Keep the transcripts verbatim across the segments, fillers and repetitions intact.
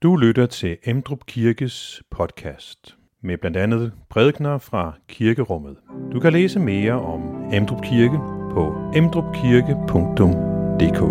Du lytter til Emdrup Kirkes podcast med blandt andet prædikener fra kirkerummet. Du kan læse mere om Emdrup Kirke på emdrupkirke punktum d k.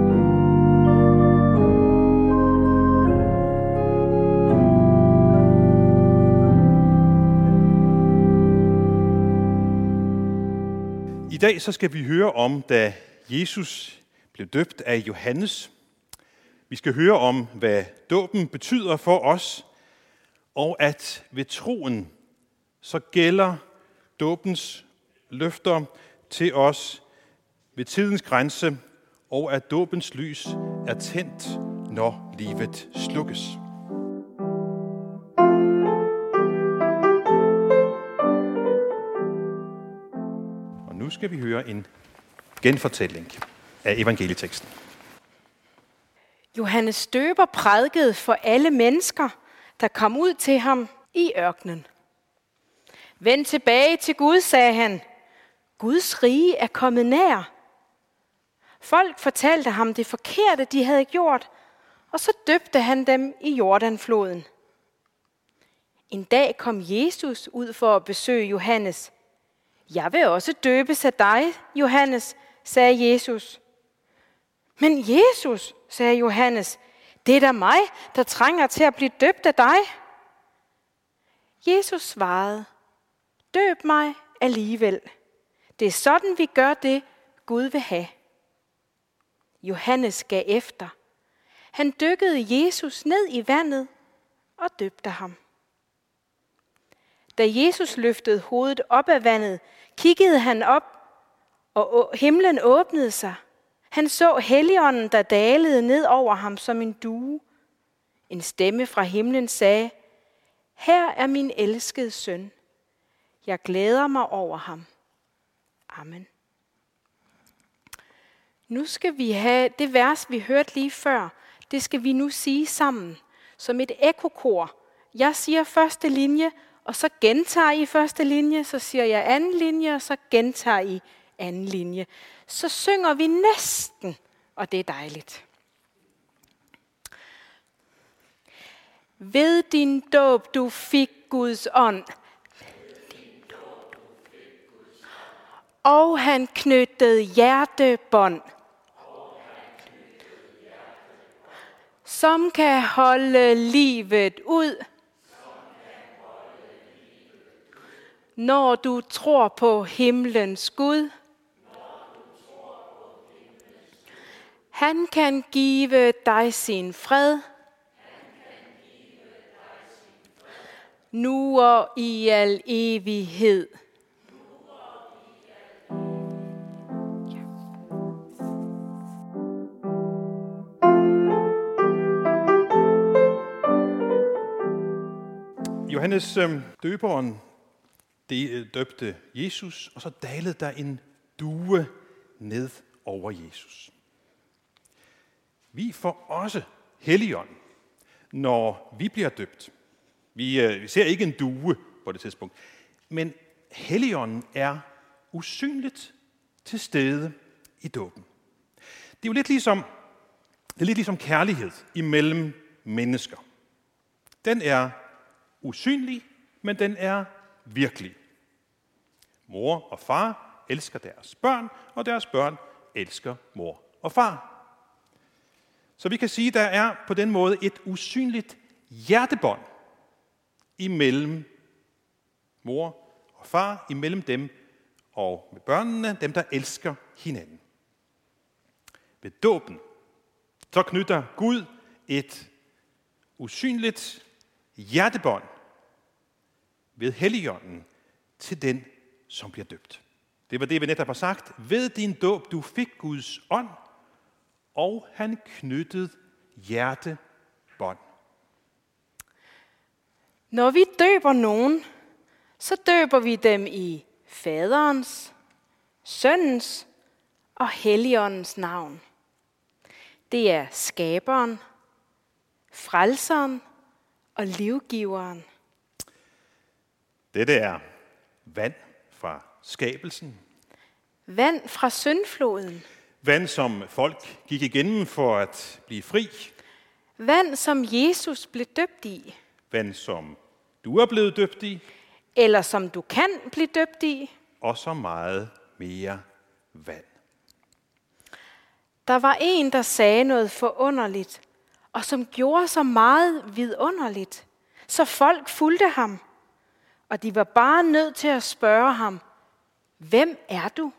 I dag så skal vi høre om, da Jesus blev døbt af Johannes. Vi skal høre om, hvad dåben betyder for os, og at ved troen så gælder dåbens løfter til os ved tidens grænse, og at dåbens lys er tændt, når livet slukkes. Og nu skal vi høre en genfortælling af evangelieteksten. Johannes Døber prædikede for alle mennesker, der kom ud til ham i ørkenen. Vend tilbage til Gud, sagde han. Guds rige er kommet nær. Folk fortalte ham det forkerte, de havde gjort, og så døbte han dem i Jordanfloden. En dag kom Jesus ud for at besøge Johannes. Jeg vil også døbes af dig, Johannes, sagde Jesus. Men Jesus, sagde Johannes, det er da mig, der trænger til at blive døbt af dig. Jesus svarede, døb mig alligevel. Det er sådan, vi gør det, Gud vil have. Johannes gav efter. Han dykkede Jesus ned i vandet og døbte ham. Da Jesus løftede hovedet op af vandet, kiggede han op, og himlen åbnede sig. Han så Helligånden, der dalede ned over ham som en due. En stemme fra himlen sagde, her er min elskede søn. Jeg glæder mig over ham. Amen. Nu skal vi have det vers, vi hørte lige før. Det skal vi nu sige sammen som et ekkokor. Jeg siger første linje, og så gentager I første linje. Så siger jeg anden linje, og så gentager I anden linje. Så synger vi næsten, og det er dejligt. Ved din dåb du fik Guds ånd, og han knyttede hjertebånd, som kan holde livet ud, når du tror på himlens Gud. Han kan give dig sin fred, nu og i al evighed. Johannes øh, døberen det døbte Jesus, og så dalede der en due ned over Jesus. Vi får også Helligånden, når vi bliver døbt. Vi, øh, vi ser ikke en due på det tidspunkt, men Helligånden er usynligt til stede i dåben. Det er jo lidt ligesom, det er lidt ligesom kærlighed imellem mennesker. Den er usynlig, men den er virkelig. Mor og far elsker deres børn, og deres børn elsker mor og far. Så vi kan sige, at der er på den måde et usynligt hjertebånd imellem mor og far, imellem dem og med børnene, dem der elsker hinanden. Ved dåben, så knytter Gud et usynligt hjertebånd ved Helligånden til den, som bliver døbt. Det var det, vi netop har sagt. Ved din dåb, du fik Guds ånd, og han knyttede hjertebånd. Når vi døber nogen, så døber vi dem i Faderens, Sønnens og Helligåndens navn. Det er skaberen, frelseren og livgiveren. Dette er vand fra skabelsen. Vand fra syndfloden. Vand, som folk gik igennem for at blive fri. Vand, som Jesus blev døbt i. Vand, som du er blevet døbt i. Eller som du kan blive døbt i. Og så meget mere vand. Der var en, der sagde noget forunderligt, og som gjorde så meget vidunderligt, så folk fulgte ham. Og de var bare nødt til at spørge ham, hvem er du?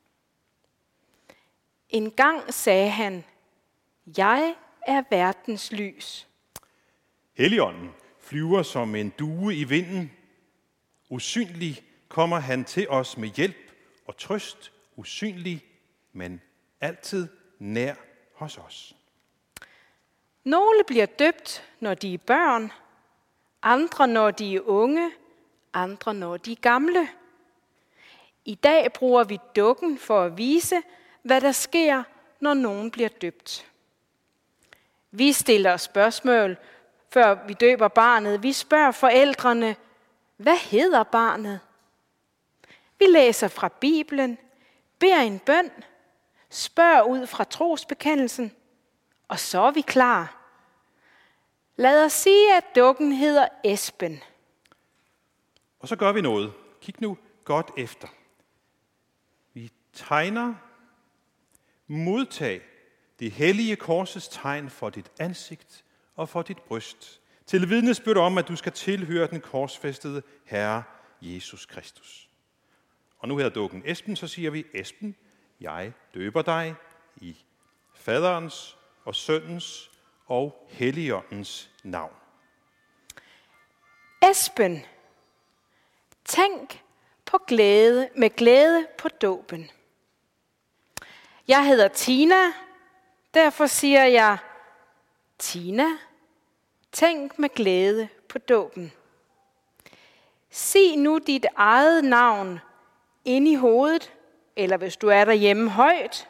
En gang sagde han, jeg er verdens lys. Helligånden flyver som en due i vinden. Usynlig kommer han til os med hjælp og trøst. Usynlig, men altid nær hos os. Nogle bliver døbt, når de er børn. Andre, når de er unge. Andre, når de er gamle. I dag bruger vi dukken for at vise, hvad der sker, når nogen bliver døbt. Vi stiller spørgsmål, før vi døber barnet. Vi spørger forældrene, hvad hedder barnet? Vi læser fra Bibelen, beder en bøn, spørger ud fra trosbekendelsen, og så er vi klar. Lad os sige, at dukken hedder Esben. Og så gør vi noget. Kig nu godt efter. Vi tegner, modtag det hellige korsets tegn for dit ansigt og for dit bryst, til vidnesbyrd om, at du skal tilhøre den korsfæstede Herre Jesus Kristus. Og nu hedder dukken Esben, så siger vi, Esben, jeg døber dig i Faderens og Søndens og Helligåndens navn. Esben, tænk på glæde, med glæde på dåben. Jeg hedder Tina, derfor siger jeg, Tina, tænk med glæde på dåben. Sig nu dit eget navn ind i hovedet, eller hvis du er derhjemme højt.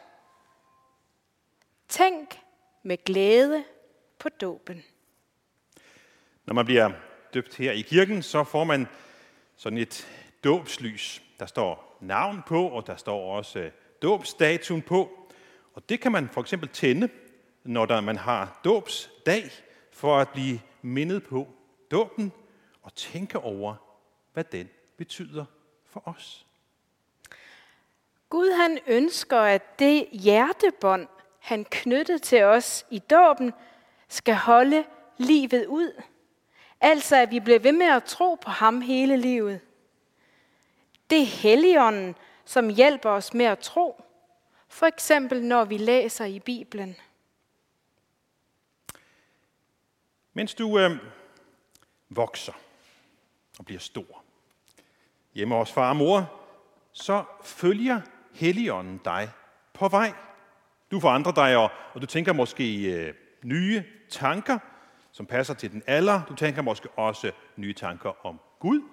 Tænk med glæde på dåben. Når man bliver døbt her i kirken, så får man sådan et dåbslys. Der står navn på, og der står også dåbsdatuen på. Og det kan man for eksempel tænde, når der man har dåbsdag, for at blive mindet på dåben og tænke over, hvad den betyder for os. Gud han ønsker, at det hjertebånd, han knyttede til os i dåben, skal holde livet ud. Altså, at vi bliver ved med at tro på ham hele livet. Det er Helligånden, som hjælper os med at tro. For eksempel, når vi læser i Bibelen. Mens du øh, vokser og bliver stor hjemme hos far og mor, så følger Helligånden dig på vej. Du forandrer dig, og, og du tænker måske øh, nye tanker, som passer til den alder. Du tænker måske også nye tanker om Gud.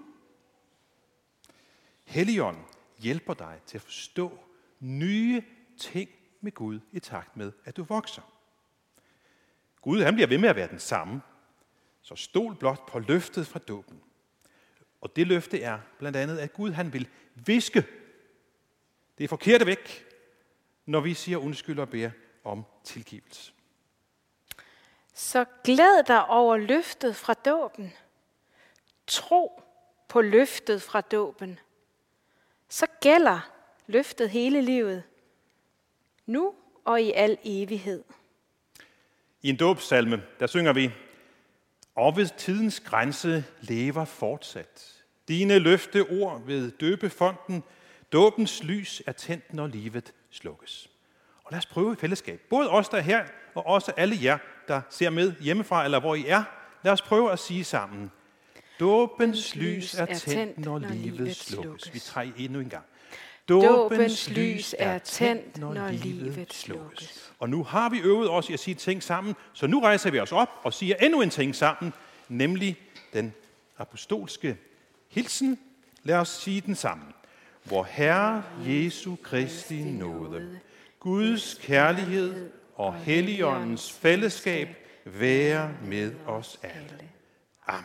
Helligånden hjælper dig til at forstå nye ting med Gud i takt med, at du vokser. Gud, han bliver ved med at være den samme. Så stol blot på løftet fra dåben. Og det løfte er blandt andet, at Gud han vil viske det er forkerte væk, når vi siger undskyld og beder om tilgivelse. Så glæd dig over løftet fra dåben. Tro på løftet fra dåben. Så gælder løftet hele livet. Nu og i al evighed. I en dåbssalme, der synger vi, og ved tidens grænse lever fortsat. Dine løfteord ved døbefonden, dåbens lys er tændt, når livet slukkes. Og lad os prøve i fællesskab. Både os, der er her, og også alle jer, der ser med hjemmefra, eller hvor I er. Lad os prøve at sige sammen. Dåbens lys er tændt, når livet slukkes. Vi træder endnu en gang. Dåbens lys er tændt, når livet slukkes. Og nu har vi øvet os i at sige ting sammen, så nu rejser vi os op og siger endnu en ting sammen, nemlig den apostolske hilsen. Lad os sige den sammen. Vor Herre Jesu Kristi nåde, Guds kærlighed og Helligåndens fællesskab være med os alle. Amen.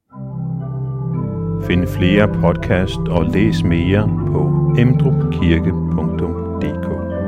Find flere podcast og læs mere på emdrupkirke punktum d k.